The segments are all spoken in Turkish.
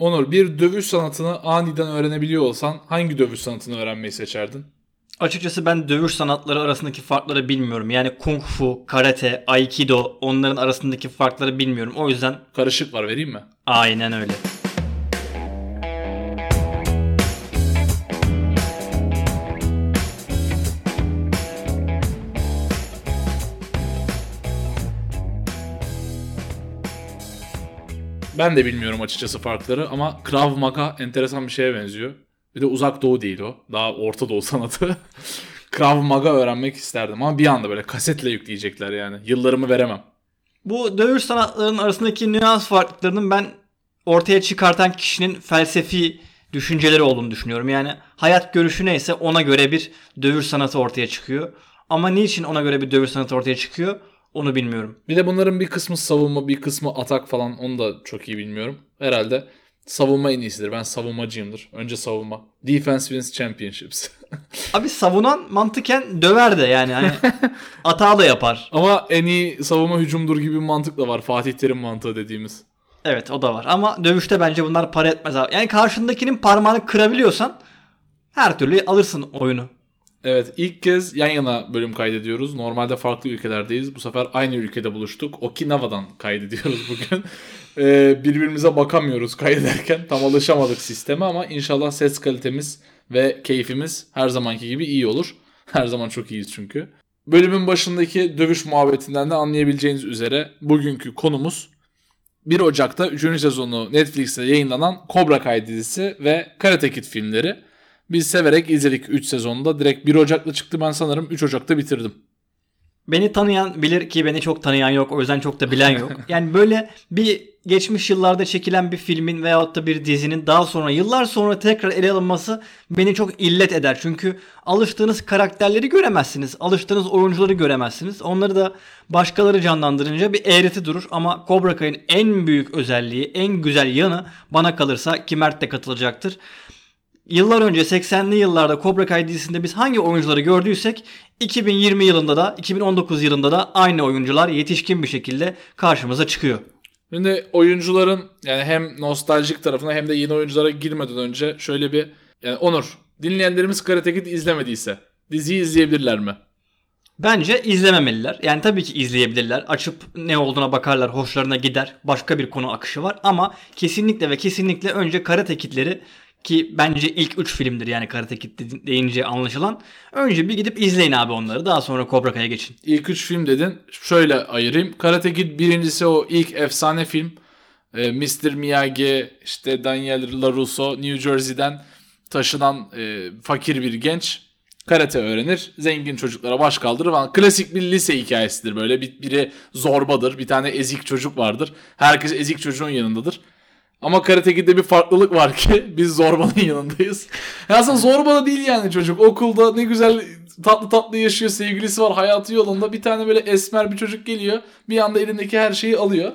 Onur, bir dövüş sanatını aniden öğrenebiliyor olsan hangi dövüş sanatını öğrenmeyi seçerdin? Açıkçası ben dövüş sanatları arasındaki farkları bilmiyorum. Yani kung fu, karate, aikido onların arasındaki farkları bilmiyorum. O yüzden Karışık var, vereyim mi? aynen öyle. Ben de bilmiyorum açıkçası farkları ama Krav Maga enteresan bir şeye benziyor. Bir de uzak doğu değil o. Daha Orta Doğu sanatı. Krav Maga öğrenmek isterdim ama bir anda böyle kasetle yükleyecekler yani. Yıllarımı veremem. Bu dövüş sanatlarının arasındaki nüans farklılıklarının ben ortaya çıkartan kişinin felsefi düşünceleri olduğunu düşünüyorum. Yani hayat görüşü neyse ona göre bir dövüş sanatı ortaya çıkıyor. Ama niçin ona göre bir dövüş sanatı ortaya çıkıyor onu bilmiyorum. Bir de bunların bir kısmı savunma, bir kısmı atak falan, onu da çok iyi bilmiyorum. Herhalde savunma en iyisidir. Ben savunmacıyımdır. Önce savunma. Defense wins championships. Abi savunan mantıken döver de yani hani atağı da yapar. Ama en iyi savunma hücumdur gibi bir mantık da var. Fatih Terim mantığı dediğimiz. Evet o da var ama dövüşte bence bunlar para etmez abi. Yani karşındakinin parmağını kırabiliyorsan her türlü alırsın oyunu. Evet, ilk kez yan yana bölüm kaydediyoruz. Normalde farklı ülkelerdeyiz. Bu sefer aynı ülkede buluştuk. Okinawa'dan kaydediyoruz bugün. Birbirimize bakamıyoruz kaydederken. Tam alışamadık sisteme ama inşallah ses kalitemiz ve keyfimiz her zamanki gibi iyi olur. Her zaman çok iyiyiz çünkü. Bölümün başındaki dövüş muhabbetinden de anlayabileceğiniz üzere bugünkü konumuz 1 Ocak'ta 3. sezonu Netflix'te yayınlanan Cobra Kai dizisi ve Karate Kid filmleri. Biz severek izledik 3 sezonda. Direkt 1 Ocak'ta çıktı, ben sanırım 3 Ocak'ta bitirdim. Beni tanıyan bilir ki beni çok tanıyan yok. O yüzden çok da bilen yok. Yani böyle bir geçmiş yıllarda çekilen bir filmin veyahut da bir dizinin daha sonra yıllar sonra tekrar ele alınması beni çok illet eder. Çünkü alıştığınız karakterleri göremezsiniz. Alıştığınız oyuncuları göremezsiniz. Onları da başkaları canlandırınca bir eğreti durur. Ama Cobra Kai'nin en büyük özelliği, en güzel yanı bana kalırsa ki Mert de katılacaktır. Yıllar önce 80'li yıllarda Cobra Kai dizisinde biz hangi oyuncuları gördüysek 2020 yılında da 2019 yılında da aynı oyuncular yetişkin bir şekilde karşımıza çıkıyor. Şimdi oyuncuların yani hem nostaljik tarafına hem de yeni oyunculara girmeden önce şöyle bir, yani Onur, dinleyenlerimiz Karate Kid izlemediyse diziyi izleyebilirler mi? Bence izlememeliler. Yani tabii ki izleyebilirler. Açıp ne olduğuna bakarlar, hoşlarına gider. Başka bir konu akışı var ama kesinlikle ve kesinlikle önce Karate Kid'leri, ki bence ilk 3 filmdir yani Karate Kid deyince anlaşılan. Önce bir gidip izleyin abi onları. Daha sonra Cobra Kai'ye geçin. İlk 3 film dedin. Şöyle ayırayım. Karate Kid birincisi o ilk efsane film. Mr. Miyagi, işte Daniel LaRusso, New Jersey'den taşınan fakir bir genç karate öğrenir. Zengin çocuklara baş kaldırır falan. Klasik bir lise hikayesidir böyle. Biri zorbadır. Bir tane ezik çocuk vardır. Herkes ezik çocuğun yanındadır. Ama Karate Kid'de bir farklılık var ki biz zorbanın yanındayız. Aslında zorba da değil yani çocuk. Okulda ne güzel tatlı tatlı yaşıyor. Sevgilisi var, hayatı yolunda. Bir tane böyle esmer bir çocuk geliyor. Bir anda elindeki her şeyi alıyor.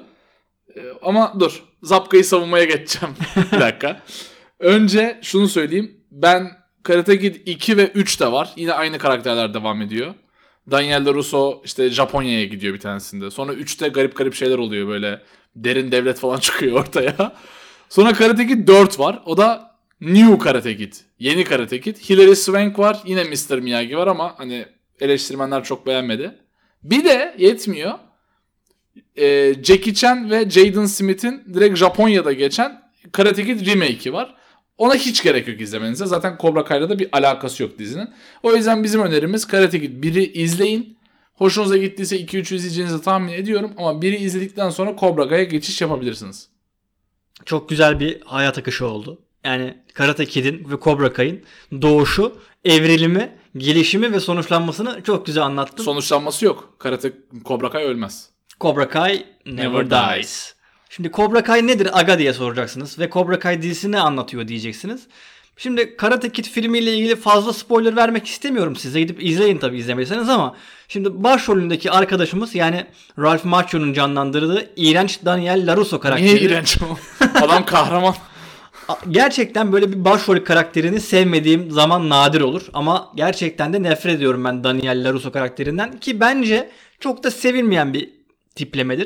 Ama dur. Zapkayı savunmaya geçeceğim. Bir dakika. Önce şunu söyleyeyim. Ben Karate Kid 2 ve 3 de var. Yine aynı karakterler devam ediyor. Daniel LaRusso işte Japonya'ya gidiyor bir tanesinde. Sonra 3'te garip garip şeyler oluyor böyle. Derin devlet falan çıkıyor ortaya. Sonra Karate Kid 4 var. O da New Karate Kid. Yeni Karate Kid. Hilary Swank var. Yine Mr. Miyagi var ama hani eleştirmenler çok beğenmedi. Bir de yetmiyor. Jackie Chan ve Jaden Smith'in direkt Japonya'da geçen Karate Kid remake'i var. Ona hiç gerek yok izlemenize. Zaten Cobra Kai'la da bir alakası yok dizinin. O yüzden bizim önerimiz Karate Kid 1'i izleyin. Hoşunuza gittiyse 2-3 izleyeceğinizi tahmin ediyorum. Ama 1'i izledikten sonra Cobra Kai'ye geçiş yapabilirsiniz. Çok güzel bir hayat akışı oldu. Yani Karate Kid'in ve Cobra Kai'nin doğuşu, evrilimi, gelişimi ve sonuçlanmasını çok güzel anlattın. Sonuçlanması yok. Cobra Kai ölmez. Cobra Kai never dies. Şimdi Cobra Kai nedir aga diye soracaksınız ve Cobra Kai dizisi ne anlatıyor diyeceksiniz. Şimdi Karate Kid filmiyle ilgili fazla spoiler vermek istemiyorum size. Gidip izleyin tabii izlemediyseniz ama şimdi başrolündeki arkadaşımız yani Ralph Macchio'nun canlandırdığı iğrenç Daniel LaRusso karakteri. Niye iğrenç o? Adam kahraman. Gerçekten böyle bir başrol karakterini sevmediğim zaman nadir olur. Ama gerçekten de nefret ediyorum ben Daniel LaRusso karakterinden. Ki bence çok da sevilmeyen bir tiplemedir.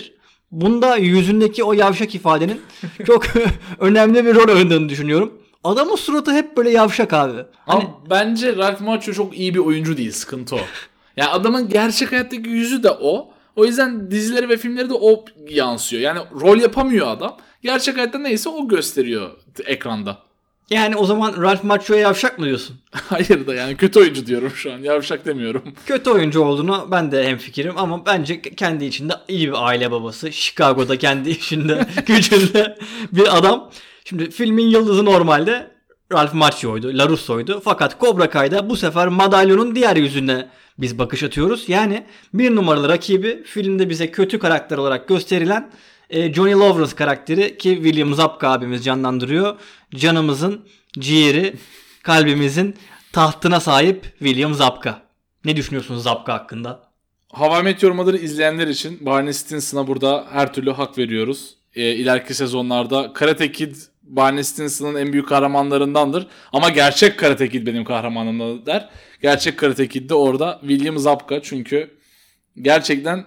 Bunda yüzündeki o yavşak ifadenin çok önemli bir rol oynadığını düşünüyorum. Adamın suratı hep böyle yavşak abi. Hani... Ama bence Ralph Macchio çok iyi bir oyuncu değil. Sıkıntı o. Yani adamın gerçek hayattaki yüzü de o. O yüzden dizileri ve filmleri de o yansıyor. Yani rol yapamıyor adam. Gerçek hayatta neyse o gösteriyor ekranda. Yani o zaman Ralph Macchio'ya yavşak mı diyorsun? Hayır da yani kötü oyuncu diyorum şu an. Yavşak demiyorum. Kötü oyuncu olduğunu ben de hemfikirim ama bence kendi içinde iyi bir aile babası. Chicago'da kendi işinde, gücünde bir adam. Şimdi filmin yıldızı normalde Ralph Macchio'ydu, LaRusso'ydu. Fakat Cobra Kai'da bu sefer madalyonun diğer yüzüne biz bakış atıyoruz. Yani bir numaralı rakibi filmde bize kötü karakter olarak gösterilen Johnny Lawrence karakteri ki William Zabka abimiz canlandırıyor. Canımızın ciğeri, kalbimizin tahtına sahip William Zabka. Ne düşünüyorsunuz Zabka hakkında? How I Met Your Mother'ı izleyenler için Barney Stinson'a burada her türlü hak veriyoruz. İleriki sezonlarda Karate Kid Barney Stinson'ın en büyük kahramanlarındandır. Ama gerçek Karate Kid benim kahramanımdır der. Gerçek Karate Kid de orada William Zabka. Çünkü gerçekten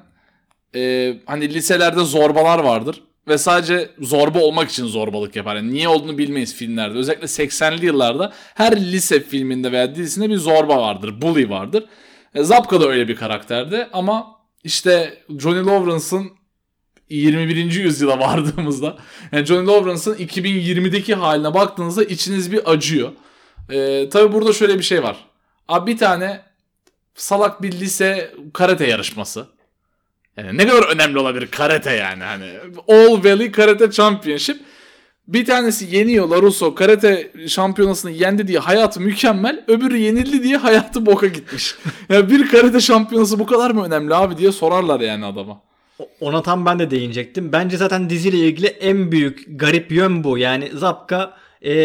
hani liselerde zorbalar vardır. Ve sadece zorba olmak için zorbalık yapar. Yani niye olduğunu bilmeyiz filmlerde. Özellikle 80'li yıllarda her lise filminde veya dizisinde bir zorba vardır. Bully vardır. Zabka da öyle bir karakterdi. Ama işte Johnny Lawrence'ın 21. yüzyıla vardığımızda yani Johnny Lawrence'ın 2020'deki haline baktığınızda içiniz bir acıyor. Tabii burada şöyle bir şey var. Abi bir tane salak bir lise karate yarışması. Yani ne kadar önemli olabilir karate yani hani All Valley Karate Championship. Bir tanesi yeniyor LaRusso karate şampiyonasını yendi diye hayatı mükemmel. Öbürü yenildi diye hayatı boka gitmiş. Yani bir karate şampiyonası bu kadar mı önemli abi diye sorarlar yani adama. Ona tam ben de değinecektim. Bence zaten diziyle ilgili en büyük garip yön bu. Yani Zabka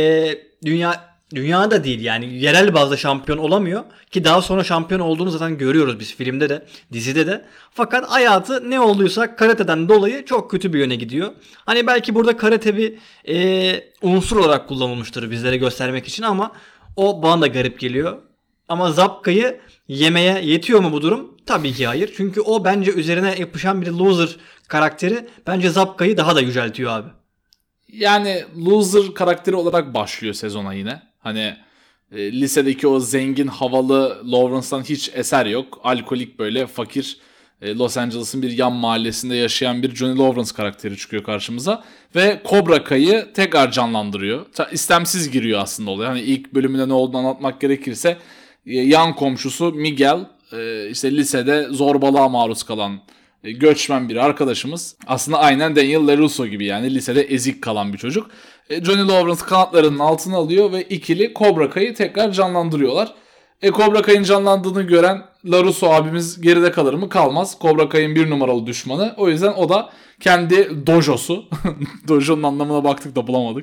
dünyada değil yani yerel bazda şampiyon olamıyor. Ki daha sonra şampiyon olduğunu zaten görüyoruz biz filmde de dizide de. Fakat hayatı ne olduysa karateden dolayı çok kötü bir yöne gidiyor. Hani belki burada karate bir unsur olarak kullanılmıştır bizlere göstermek için ama o bana da garip geliyor. Ama Zabka'yı yemeye yetiyor mu bu durum? Tabii ki hayır. Çünkü o bence üzerine yapışan bir loser karakteri bence Zabka'yı daha da yüceltiyor abi. Yani loser karakteri olarak başlıyor sezona yine. Hani lisedeki o zengin havalı Lawrence'dan hiç eser yok. Alkolik böyle fakir Los Angeles'ın bir yan mahallesinde yaşayan bir Johnny Lawrence karakteri çıkıyor karşımıza. Ve Cobra Kai'yi tekrar canlandırıyor. İstemsiz giriyor aslında oluyor. Hani ilk bölümünde ne olduğunu anlatmak gerekirse yan komşusu Miguel işte lisede zorbalığa maruz kalan göçmen bir arkadaşımız. Aslında aynen Daniel LaRusso gibi yani lisede ezik kalan bir çocuk. Johnny Lawrence kanatlarının altına alıyor ve ikili Cobra Kai'yi tekrar canlandırıyorlar. Cobra Kai'nin canlandığını gören LaRusso abimiz geride kalır mı? Kalmaz. Cobra Kai'nin bir numaralı düşmanı. O yüzden o da kendi dojosu. Dojo'nun anlamına baktık da bulamadık.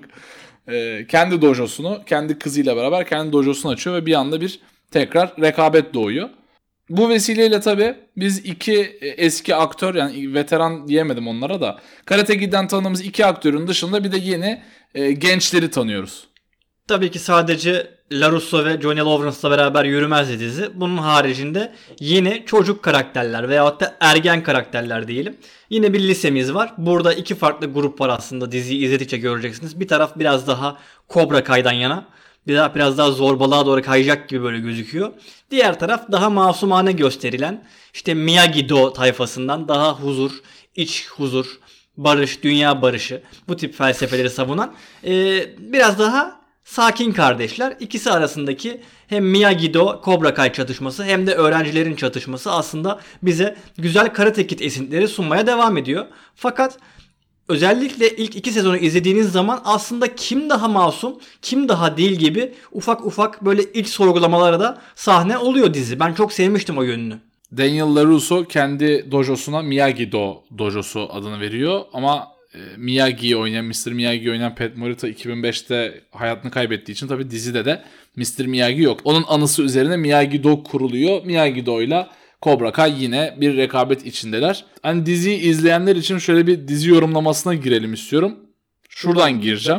Kendi dojosunu, kendi kızıyla beraber kendi dojosunu açıyor ve bir anda bir tekrar rekabet doğuyor. Bu vesileyle tabii biz iki eski aktör yani veteran diyemedim onlara da Karate Kid'den tanıdığımız iki aktörün dışında bir de yeni gençleri tanıyoruz. Tabii ki sadece LaRusso ve Johnny Lawrence'la beraber yürümez dizi. Bunun haricinde yeni çocuk karakterler veyahut da ergen karakterler diyelim. Yine bir lisemiz var. Burada iki farklı grup var aslında diziyi izledikçe göreceksiniz. Bir taraf biraz daha Cobra Kai'dan yana. Biraz daha zorbalığa doğru kayacak gibi böyle gözüküyor. Diğer taraf daha masumane gösterilen işte Miyagi-Do tayfasından daha huzur, iç huzur, barış, dünya barışı bu tip felsefeleri savunan biraz daha sakin kardeşler. İkisi arasındaki hem Miyagi-Do Cobra Kai çatışması hem de öğrencilerin çatışması aslında bize güzel Karate Kid esintileri sunmaya devam ediyor. Fakat özellikle ilk iki sezonu izlediğiniz zaman aslında kim daha masum, kim daha değil gibi ufak ufak böyle iç sorgulamalara da sahne oluyor dizi. Ben çok sevmiştim o yönünü. Daniel LaRusso kendi dojosuna Miyagi-Do dojosu adını veriyor ama Miyagi'yi oynayan, Mr. Miyagi'yi oynayan Pat Morita 2005'te hayatını kaybettiği için tabii dizide de Mr. Miyagi yok. Onun anısı üzerine Miyagi-Do kuruluyor. Miyagi-Do'yla Cobra Kai yine bir rekabet içindeler. Hani diziyi izleyenler için şöyle bir dizi yorumlamasına girelim istiyorum. Şuradan gireceğim.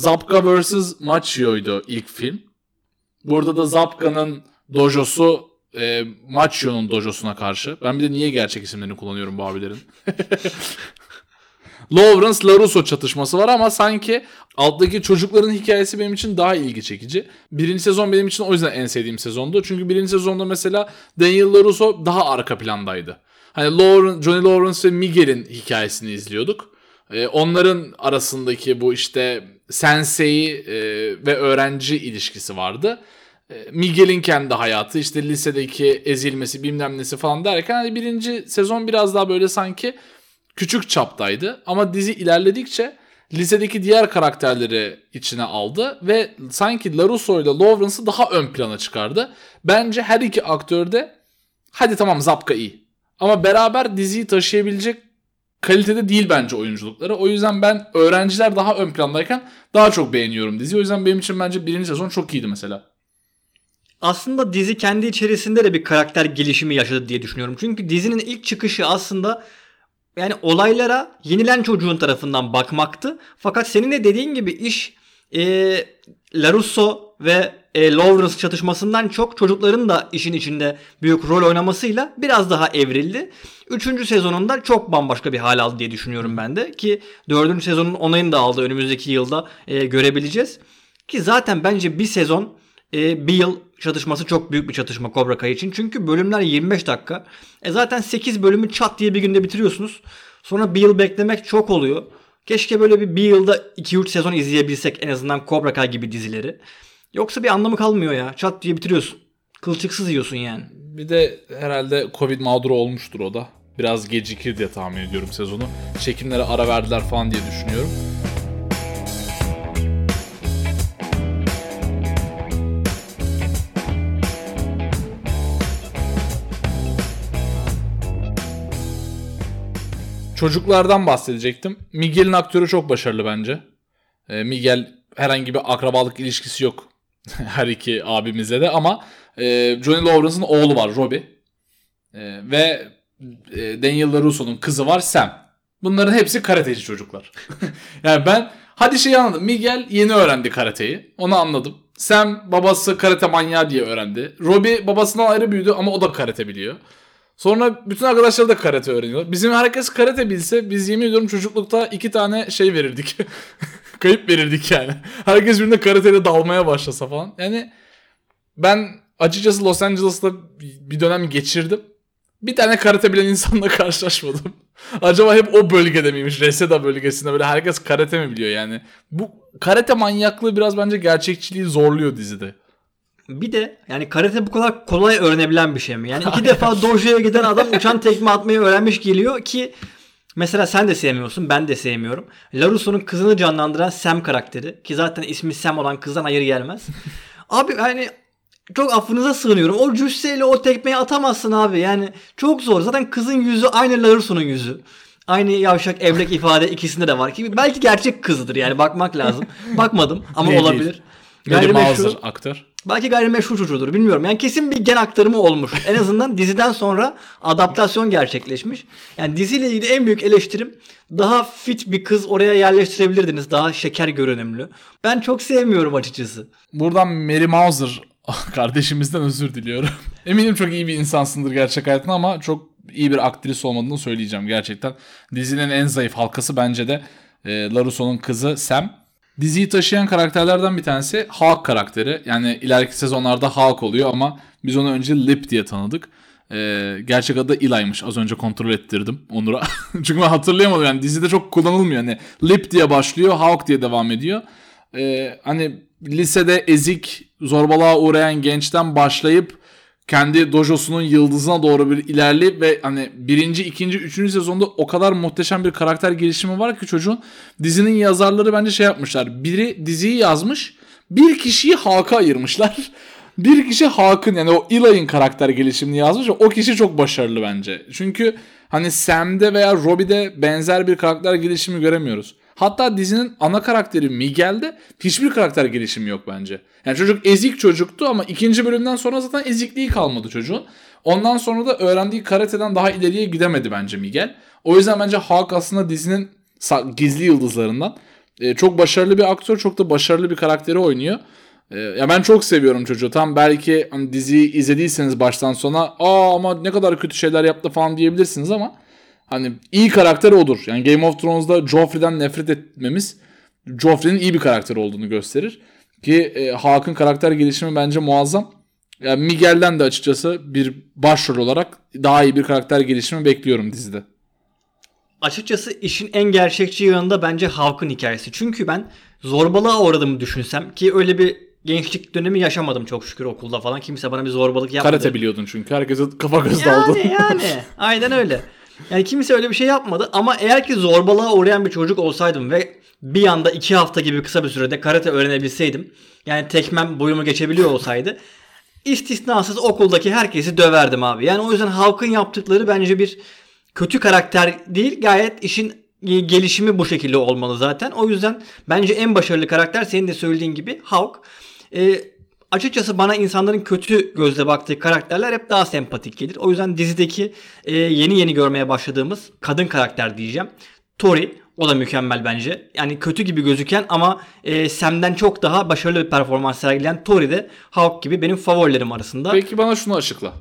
Zabka vs. Macchio'ydu ilk film. Burada da Zabka'nın dojosu Machio'nun dojosuna karşı. Ben bir de niye gerçek isimlerini kullanıyorum bu abilerin? Lawrence LaRusso çatışması var ama sanki alttaki çocukların hikayesi benim için daha ilgi çekici. Birinci sezon benim için o yüzden en sevdiğim sezondu. Çünkü birinci sezonda mesela Daniel LaRusso daha arka plandaydı. Hani Johnny Lawrence ve Miguel'in hikayesini izliyorduk. Onların arasındaki bu işte sensei ve öğrenci ilişkisi vardı. Miguel'in kendi hayatı, işte lisedeki ezilmesi bilmem nesi falan derken hani birinci sezon biraz daha böyle sanki küçük çaptaydı. Ama dizi ilerledikçe lisedeki diğer karakterleri içine aldı ve sanki LaRusso ile Lawrence'ı daha ön plana çıkardı. Bence her iki aktör de hadi tamam Zapka iyi ama beraber diziyi taşıyabilecek kalitede değil bence oyunculukları. O yüzden ben öğrenciler daha ön plandayken daha çok beğeniyorum diziyi. O yüzden benim için bence birinci sezon çok iyiydi mesela. Aslında dizi kendi içerisinde de bir karakter gelişimi yaşadı diye düşünüyorum. Çünkü dizinin ilk çıkışı aslında yani olaylara yenilen çocuğun tarafından bakmaktı. Fakat senin de dediğin gibi iş LaRusso ve Lawrence çatışmasından çok çocukların da işin içinde büyük rol oynamasıyla biraz daha evrildi. 3. sezonunda çok bambaşka bir hal aldı diye düşünüyorum ben de. Ki 4. sezonun onayını da aldı, önümüzdeki yılda görebileceğiz. Ki zaten bence bir sezon bir yıl çatışması çok büyük bir çatışma Cobra Kai için. Çünkü bölümler 25 dakika. Zaten 8 bölümü çat diye bir günde bitiriyorsunuz. Sonra bir yıl beklemek çok oluyor. Keşke böyle bir yılda 2-3 sezon izleyebilsek en azından Cobra Kai gibi dizileri. Yoksa bir anlamı kalmıyor ya. Çat diye bitiriyorsun. Kılçıksız yiyorsun yani. Bir de herhalde Covid mağduru olmuştur o da. Biraz gecikir diye tahmin ediyorum sezonu. Çekimlere ara verdiler falan diye düşünüyorum. Çocuklardan bahsedecektim. Miguel'in aktörü çok başarılı bence. Miguel herhangi bir akrabalık ilişkisi yok her iki abimizle de ama Johnny Lawrence'ın oğlu var Robbie. Ve Daniel LaRusso'nun kızı var Sam. Bunların hepsi karateci çocuklar. Yani ben hadi şeyi anladım. Miguel yeni öğrendi karateyi. Onu anladım. Sam babası karate manyağı diye öğrendi. Robbie babasından ayrı büyüdü ama o da karate biliyor. Sonra bütün arkadaşları da karate öğreniyor. Bizim herkes karate bilse biz yemin ediyorum çocuklukta 2 tane şey verirdik. Kayıp verirdik yani. Herkes birbirine karateyle dalmaya başlasa falan. Yani ben açıkçası Los Angeles'ta bir dönem geçirdim. Bir tane karate bilen insanla karşılaşmadım. Acaba hep o bölgede miymiş? Reseda bölgesinde böyle herkes karate mi biliyor yani? Bu karate manyaklığı biraz bence gerçekçiliği zorluyor dizide. Bir de yani karate bu kadar kolay öğrenebilen bir şey mi? Yani 2 defa dojo'ya giden adam uçan tekme atmayı öğrenmiş geliyor ki mesela sen de sevmiyorsun, ben de sevmiyorum. LaRusso'nun kızını canlandıran Sam karakteri ki zaten ismi Sam olan kızdan hayır gelmez. Abi yani çok affınıza sığınıyorum. O cüsseyle o tekmeyi atamazsın abi. Yani çok zor. Zaten kızın yüzü aynı LaRusso'nun yüzü. Aynı yavşak evlek ifade ikisinde de var ki belki gerçek kızıdır yani bakmak lazım. Bakmadım ama olabilir. Gayrimeşru aktör. Belki gayrimeşru çocuğudur bilmiyorum. Yani kesin bir gen aktarımı olmuş. En azından diziden sonra adaptasyon gerçekleşmiş. Yani diziyle ilgili en büyük eleştirim daha fit bir kız oraya yerleştirebilirdiniz. Daha şeker görünümlü. Ben çok sevmiyorum açıkçası. Buradan Mary Mauser kardeşimizden özür diliyorum. Eminim çok iyi bir insansındır gerçek hayatında ama çok iyi bir aktris olmadığını söyleyeceğim gerçekten. Dizinin en zayıf halkası bence de LaRusso'nun kızı Sam. Diziyi taşıyan karakterlerden bir tanesi Hawk karakteri. Yani ileriki sezonlarda Hawk oluyor ama biz onu önce Lip diye tanıdık. Gerçek adı Eli'ymış. Az önce kontrol ettirdim Onur'a. Çünkü ben hatırlayamadım. Yani dizide çok kullanılmıyor. Yani Lip diye başlıyor, Hawk diye devam ediyor. Hani lisede ezik, zorbalığa uğrayan gençten başlayıp kendi dojosunun yıldızına doğru bir ilerleyip ve hani 1., 2., 3. sezonda o kadar muhteşem bir karakter gelişimi var ki çocuğun. Dizinin yazarları bence şey yapmışlar. Biri diziyi yazmış, bir kişiyi Hawk'a ayırmışlar. Bir kişi Hawk'ın yani o Eli'nin karakter gelişimini yazmış. O kişi çok başarılı bence. Çünkü hani Sam'de veya Robbie'de benzer bir karakter gelişimi göremiyoruz. Hatta dizinin ana karakteri Miguel'de hiçbir karakter gelişimi yok bence. Yani çocuk ezik çocuktu ama 2. bölümden sonra zaten ezikliği kalmadı çocuğun. Ondan sonra da öğrendiği karateden daha ileriye gidemedi bence Miguel. O yüzden bence Hawk aslında dizinin gizli yıldızlarından. Çok başarılı bir aktör, çok da başarılı bir karakteri oynuyor. Ya ben çok seviyorum çocuğu. Tam belki hani diziyi izlediyseniz baştan sona ama ne kadar kötü şeyler yaptı falan diyebilirsiniz ama hani iyi karakter odur. Yani Game of Thrones'da Joffrey'den nefret etmemiz Joffrey'nin iyi bir karakter olduğunu gösterir. Ki Hawke'ın karakter gelişimi bence muazzam. Yani Miguel'den de açıkçası bir başrol olarak daha iyi bir karakter gelişimi bekliyorum dizide. Açıkçası işin en gerçekçi yanında bence Hawk'ın hikayesi. Çünkü ben zorbalığa uğradığımı düşünsem ki öyle bir gençlik dönemi yaşamadım çok şükür okulda falan. Kimse bana bir zorbalık yapmadı. Karate biliyordun çünkü. Herkese kafa göz daldı. Yani aynen öyle. Yani kimse öyle bir şey yapmadı ama eğer ki zorbalığa uğrayan bir çocuk olsaydım ve bir anda 2 hafta gibi kısa bir sürede karate öğrenebilseydim, yani tekmem boyumu geçebiliyor olsaydı istisnasız okuldaki herkesi döverdim abi. Yani o yüzden Hawk'ın yaptıkları bence bir kötü karakter değil, gayet işin gelişimi bu şekilde olmalı zaten. O yüzden bence en başarılı karakter senin de söylediğin gibi Hawk. Açıkçası bana insanların kötü gözle baktığı karakterler hep daha sempatik gelir. O yüzden dizideki yeni görmeye başladığımız kadın karakter diyeceğim. Tori, o da mükemmel bence. Yani kötü gibi gözüken ama Sam'den çok daha başarılı bir performans sergileyen Tori de Hawk gibi benim favorilerim arasında. Peki bana şunu açıkla.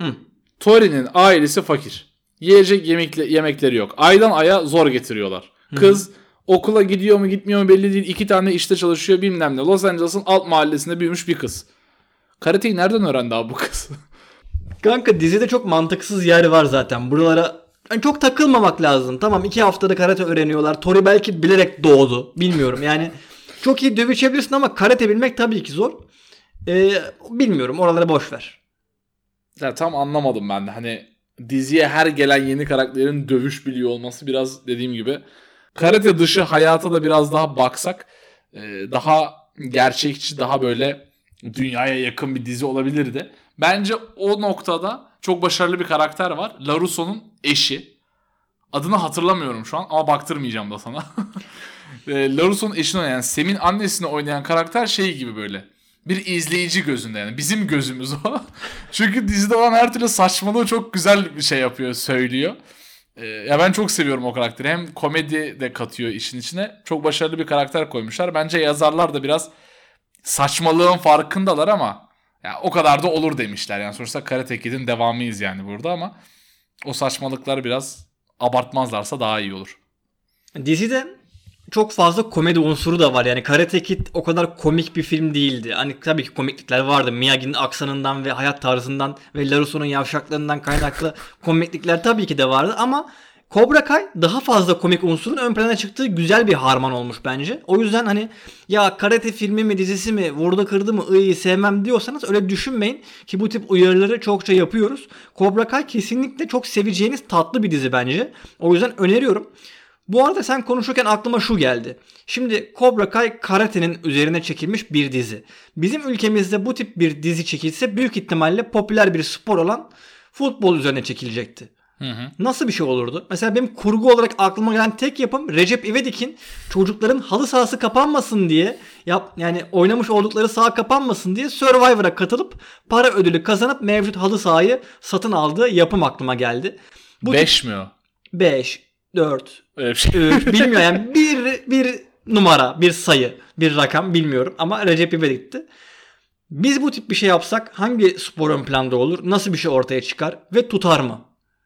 Tori'nin ailesi fakir. Yiyecek yemekleri yok. Aydan aya zor getiriyorlar. Kız okula gidiyor mu gitmiyor mu belli değil. 2 tane işte çalışıyor bilmem ne. Los Angeles'ın alt mahallesinde büyümüş bir kız. Karateyi nereden öğrendi abi bu kız? Kanka dizide çok mantıksız yer var zaten. Buralara yani çok takılmamak lazım. Tamam 2 haftada karate öğreniyorlar. Tori belki bilerek doğdu. Bilmiyorum yani. Çok iyi dövüşebilirsin ama karate bilmek tabii ki zor. Bilmiyorum, oraları boş ver. Ya tam anlamadım ben de. Hani diziye her gelen yeni karakterin dövüş biliyor olması biraz dediğim gibi. Karate dışı hayata da biraz daha baksak daha gerçekçi, daha böyle dünyaya yakın bir dizi olabilirdi. Bence o noktada çok başarılı bir karakter var. LaRusso'nun eşi. Adını hatırlamıyorum şu an ama baktırmayacağım da sana. LaRusso'nun eşini oynayan, Sam'in annesini oynayan karakter şey gibi böyle. Bir izleyici gözünde yani. Bizim gözümüz o. Çünkü dizide olan her türlü saçmalığı çok güzel bir şey yapıyor, söylüyor. Ya ben çok seviyorum o karakteri. Hem komedi de katıyor işin içine. Çok başarılı bir karakter koymuşlar. Bence yazarlar da biraz saçmalığın farkındalar ama ya o kadar da olur demişler. Yani sonuçta Karate Kid'in devamıyız yani burada ama o saçmalıkları biraz abartmazlarsa daha iyi olur. Dizide çok fazla komedi unsuru da var. Yani Karate Kid o kadar komik bir film değildi. Hani tabii ki komiklikler vardı. Miyagi'nin aksanından ve hayat tarzından ve LaRusso'nun yavşaklığından kaynaklı komiklikler tabii ki de vardı ama Cobra Kai daha fazla komik unsurun ön plana çıktığı güzel bir harman olmuş bence. O yüzden hani ya karate filmi mi dizisi mi vurdu kırdı mı sevmem diyorsanız öyle düşünmeyin ki bu tip uyarıları çokça yapıyoruz. Cobra Kai kesinlikle çok seveceğiniz tatlı bir dizi bence. O yüzden öneriyorum. Bu arada sen konuşurken aklıma şu geldi. Şimdi Cobra Kai karatenin üzerine çekilmiş bir dizi. Bizim ülkemizde bu tip bir dizi çekilse büyük ihtimalle popüler bir spor olan futbol üzerine çekilecekti. Nasıl bir şey olurdu? Mesela benim kurgu olarak aklıma gelen tek yapım Recep İvedik'in çocukların halı sahası kapanmasın diye yani oynamış oldukları saha kapanmasın diye Survivor'a katılıp para ödülü kazanıp mevcut halı sahayı satın aldığı yapım aklıma geldi. 5 mi o? 5, 4, Öyle bir şey. bilmiyorum yani bir numara, bir sayı, bir rakam bilmiyorum ama Recep İvedik'ti. Biz bu tip bir şey yapsak hangi spor ön planda olur? Nasıl bir şey ortaya çıkar ve tutar mı?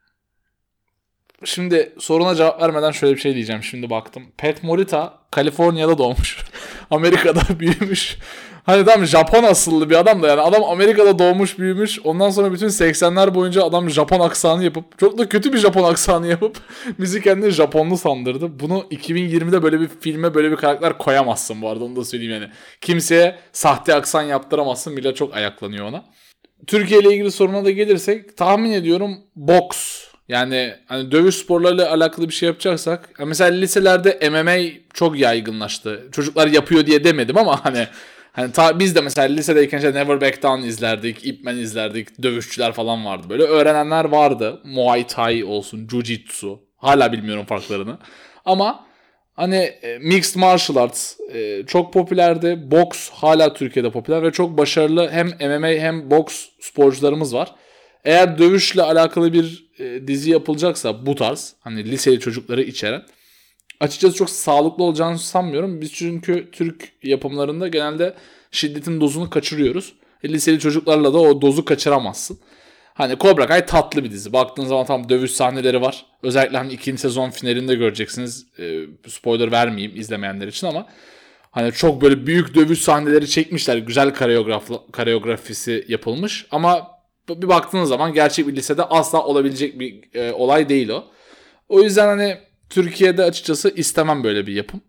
Şimdi soruna cevap vermeden şöyle bir şey diyeceğim. Şimdi baktım. Pat Morita Kaliforniya'da doğmuş. Amerika'da büyümüş. Hani tam Japon asıllı bir adam da yani. Adam Amerika'da doğmuş büyümüş. Ondan sonra bütün 80'ler boyunca adam Japon aksanı yapıp çok da kötü bir Japon aksanı yapıp bizi kendini Japonlu sandırdı. Bunu 2020'de böyle bir filme böyle bir karakter koyamazsın bu arada, onu da söyleyeyim yani. Kimseye sahte aksan yaptıramazsın. Millet çok ayaklanıyor ona. Türkiye ile ilgili soruna da gelirsek tahmin ediyorum boks. Yani hani dövüş sporlarıyla alakalı bir şey yapacaksak mesela liselerde MMA çok yaygınlaştı. Çocuklar yapıyor diye demedim ama hani biz de mesela lisedeyken işte Never Back Down izlerdik, Ip Man izlerdik, dövüşçüler falan vardı. Böyle öğrenenler vardı. Muay Thai olsun, Jiu-Jitsu. Hala bilmiyorum farklarını. Ama hani Mixed Martial Arts çok popülerdi. Boks hala Türkiye'de popüler ve çok başarılı hem MMA hem boks sporcularımız var. Eğer dövüşle alakalı bir dizi yapılacaksa bu tarz hani liseli çocukları içeren açıkçası çok sağlıklı olacağını sanmıyorum. Biz çünkü Türk yapımlarında genelde şiddetin dozunu kaçırıyoruz. Liseli çocuklarla da o dozu kaçıramazsın. Hani Cobra Kai tatlı bir dizi. Baktığın zaman tam dövüş sahneleri var. Özellikle hani 2. sezon finalinde göreceksiniz. Spoiler vermeyeyim izlemeyenler için ama hani çok böyle büyük dövüş sahneleri çekmişler. Güzel koreografisi yapılmış. Ama bir baktığınız zaman gerçek bir lisede asla olabilecek bir olay değil o. O yüzden hani Türkiye'de açıkçası istemem böyle bir yapım.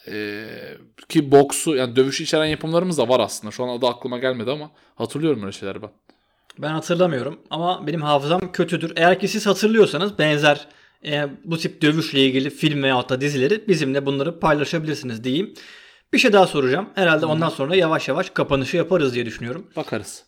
Ki boksu yani dövüşü içeren yapımlarımız da var aslında. Şu an adı aklıma gelmedi ama hatırlıyorum öyle şeyler ben. Ben hatırlamıyorum ama benim hafızam kötüdür. Eğer ki siz hatırlıyorsanız benzer bu tip dövüşle ilgili film veyahut da dizileri bizimle bunları paylaşabilirsiniz diyeyim. Bir şey daha soracağım. Herhalde ondan sonra yavaş yavaş kapanışı yaparız diye düşünüyorum. Bakarız.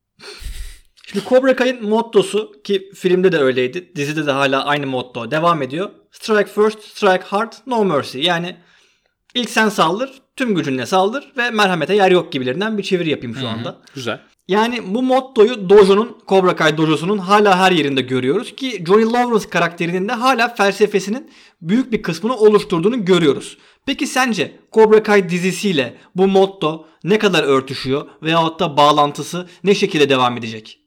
Şimdi Cobra Kai'nin mottosu ki filmde de öyleydi. Dizide de hala aynı motto devam ediyor. Strike first, strike hard, no mercy. Yani ilk sen saldır, tüm gücünle saldır ve merhamete yer yok gibilerinden bir çeviri yapayım şu anda. Güzel. Yani bu mottoyu Dojo'nun, Cobra Kai Dojo'sunun hala her yerinde görüyoruz ki Johnny Lawrence karakterinin de hala felsefesinin büyük bir kısmını oluşturduğunu görüyoruz. Peki sence Cobra Kai dizisiyle bu motto ne kadar örtüşüyor veyahut da bağlantısı ne şekilde devam edecek?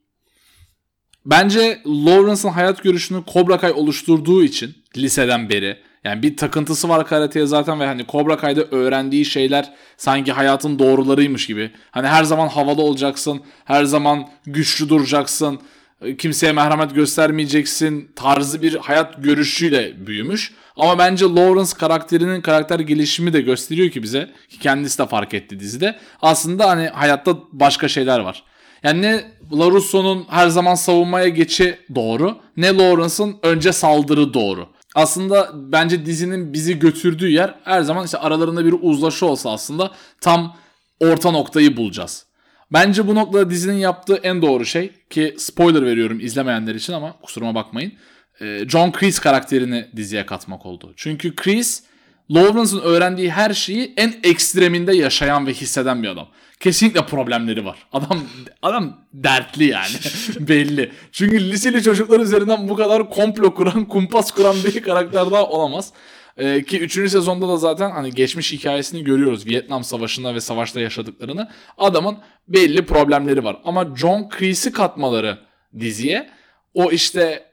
Bence Lawrence'ın hayat görüşünü Cobra Kai oluşturduğu için liseden beri yani bir takıntısı var karateye zaten ve hani Cobra Kai'de öğrendiği şeyler sanki hayatın doğrularıymış gibi. Hani her zaman havalı olacaksın, her zaman güçlü duracaksın, kimseye merhamet göstermeyeceksin tarzı bir hayat görüşüyle büyümüş. Ama bence Lawrence karakterinin karakter gelişimi de gösteriyor ki bize ki kendisi de fark etti dizide. Aslında hani hayatta başka şeyler var. Yani ne LaRusso'nun her zaman savunmaya geçi doğru ne Lawrence'ın önce saldırı doğru. Aslında bence dizinin bizi götürdüğü yer her zaman işte aralarında bir uzlaşı olsa aslında tam orta noktayı bulacağız. Bence bu noktada dizinin yaptığı en doğru şey ki spoiler veriyorum izlemeyenler için ama kusuruma bakmayın. John Kreese karakterini diziye katmak oldu. Çünkü Kreese Lawrence'ın öğrendiği her şeyi en ekstreminde yaşayan ve hisseden bir adam. Kesinlikle problemleri var. Adam dertli yani belli. Çünkü liseli çocuklar üzerinden bu kadar komplo kuran, kumpas kuran bir karakter daha olamaz. Ki 3. sezonda da zaten hani geçmiş hikayesini görüyoruz. Vietnam Savaşı'nda ve savaşta yaşadıklarını. Adamın belli problemleri var. Ama John Kreese'i katmaları diziye o işte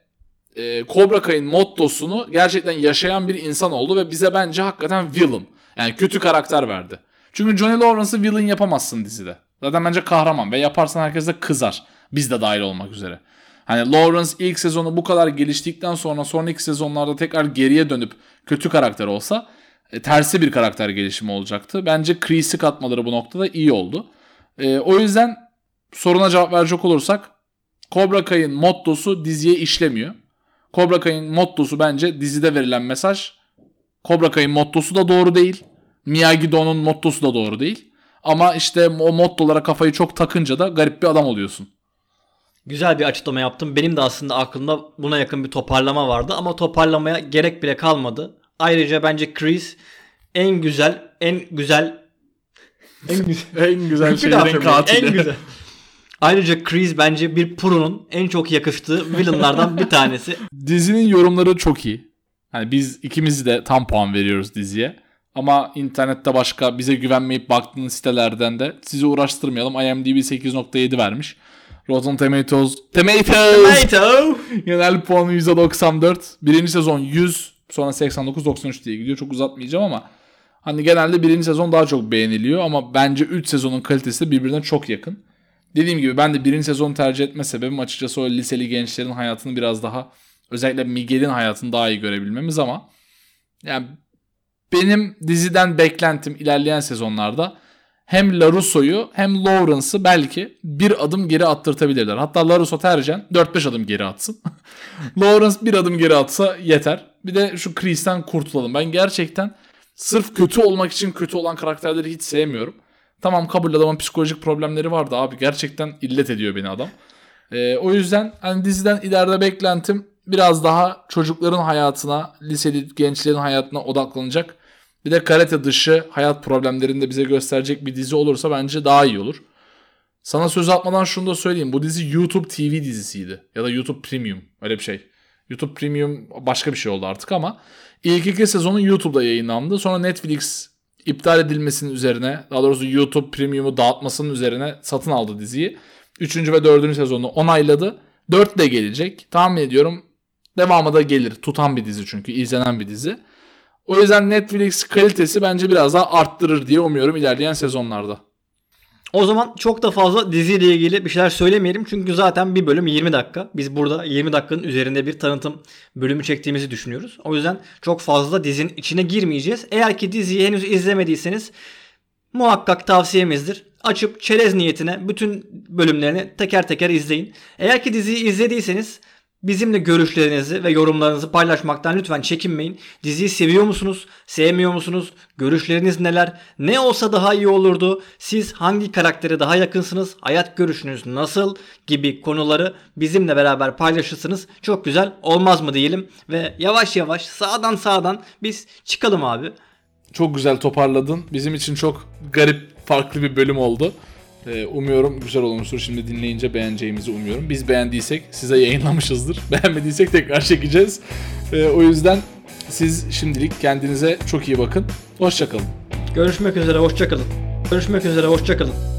Cobra Kai'nin mottosunu gerçekten yaşayan bir insan oldu ve bize bence hakikaten villain. Yani kötü karakter verdi. Çünkü Johnny Lawrence'ı villain yapamazsın dizide. Zaten bence kahraman ve yaparsan herkes de kızar. Biz de dahil olmak üzere. Hani Lawrence ilk sezonu bu kadar geliştikten sonra sonraki sezonlarda tekrar geriye dönüp kötü karakter olsa tersi bir karakter gelişimi olacaktı. Bence Kreese'i katmaları bu noktada iyi oldu. O yüzden soruna cevap verecek olursak Cobra Kai'nin mottosu diziye işlemiyor. Cobra Kai'nin mottosu bence dizide verilen mesaj. Cobra Kai'nin mottosu da doğru değil. Miyagi-Do'nun mottosu da doğru değil. Ama işte o mottolara kafayı çok takınca da garip bir adam oluyorsun. Güzel bir açıklama yaptım. Benim de aslında aklımda buna yakın bir toparlama vardı ama toparlamaya gerek bile kalmadı. Ayrıca bence Kreese en güzel şeylerin katili. En güzel. Ayrıca Kreese bence bir pro'nun en çok yakıştığı villainlardan bir tanesi. Dizinin yorumları çok iyi. Hani biz ikimiz de tam puan veriyoruz diziye. Ama internette başka bize güvenmeyip baktığınız sitelerden de sizi uğraştırmayalım. IMDb 8.7 vermiş. Rotten Tomatoes genel puanı %94. Birinci sezon 100 sonra 89-93 diye gidiyor. Çok uzatmayacağım ama hani genelde birinci sezon daha çok beğeniliyor ama bence 3 sezonun kalitesi de birbirine çok yakın. Dediğim gibi ben de birinci sezonu tercih etme sebebim açıkçası o liseli gençlerin hayatını biraz daha özellikle Miguel'in hayatını daha iyi görebilmemiz ama yani benim diziden beklentim ilerleyen sezonlarda hem LaRusso'yu hem Lawrence'ı belki bir adım geri attırtabilirler. Hatta LaRusso tercihen 4-5 adım geri atsın. Lawrence bir adım geri atsa yeter. Bir de şu Kreese'den kurtulalım. Ben gerçekten sırf kötü olmak için kötü olan karakterleri hiç sevmiyorum. Tamam kabul adamın psikolojik problemleri vardı abi. Gerçekten illet ediyor beni adam. O yüzden hani diziden ileride beklentim biraz daha çocukların hayatına, liseli gençlerin hayatına odaklanacak. Bir de karate dışı hayat problemlerini de bize gösterecek bir dizi olursa bence daha iyi olur. Sana söz atmadan şunu da söyleyeyim. Bu dizi YouTube TV dizisiydi. Ya da YouTube Premium. Öyle bir şey. YouTube Premium başka bir şey oldu artık ama ilk 2 sezonu YouTube'da yayınlandı. Sonra Netflix iptal edilmesinin üzerine, daha doğrusu YouTube Premium'u dağıtmasının üzerine satın aldı diziyi. 3. ve 4. sezonu onayladı. 4 de gelecek. Tahmin ediyorum devamı da gelir. Tutan bir dizi çünkü. İzlenen bir dizi. O yüzden Netflix kalitesi bence biraz daha arttırır diye umuyorum ilerleyen sezonlarda. O zaman çok da fazla diziyle ilgili bir şeyler söylemeyelim. Çünkü zaten bir bölüm 20 dakika. Biz burada 20 dakikanın üzerinde bir tanıtım bölümü çektiğimizi düşünüyoruz. O yüzden çok fazla dizinin içine girmeyeceğiz. Eğer ki diziyi henüz izlemediyseniz muhakkak tavsiyemizdir. Açıp çerez niyetine bütün bölümlerini teker teker izleyin. Eğer ki diziyi izlediyseniz bizimle görüşlerinizi ve yorumlarınızı paylaşmaktan lütfen çekinmeyin. Diziyi seviyor musunuz? Sevmiyor musunuz? Görüşleriniz neler? Ne olsa daha iyi olurdu? Siz hangi karaktere daha yakınsınız? Hayat görüşünüz nasıl? Gibi konuları bizimle beraber paylaşırsınız. Çok güzel olmaz mı diyelim. Ve yavaş yavaş sağdan biz çıkalım abi. Çok güzel toparladın. Bizim için çok garip, farklı bir bölüm oldu. Umuyorum güzel olmuştur. Şimdi dinleyince beğeneceğimizi umuyorum. Biz beğendiysek size yayınlamışızdır. Beğenmediysek tekrar çekeceğiz. O yüzden siz şimdilik kendinize çok iyi bakın. Hoşça kalın. Görüşmek üzere, hoşça kalın.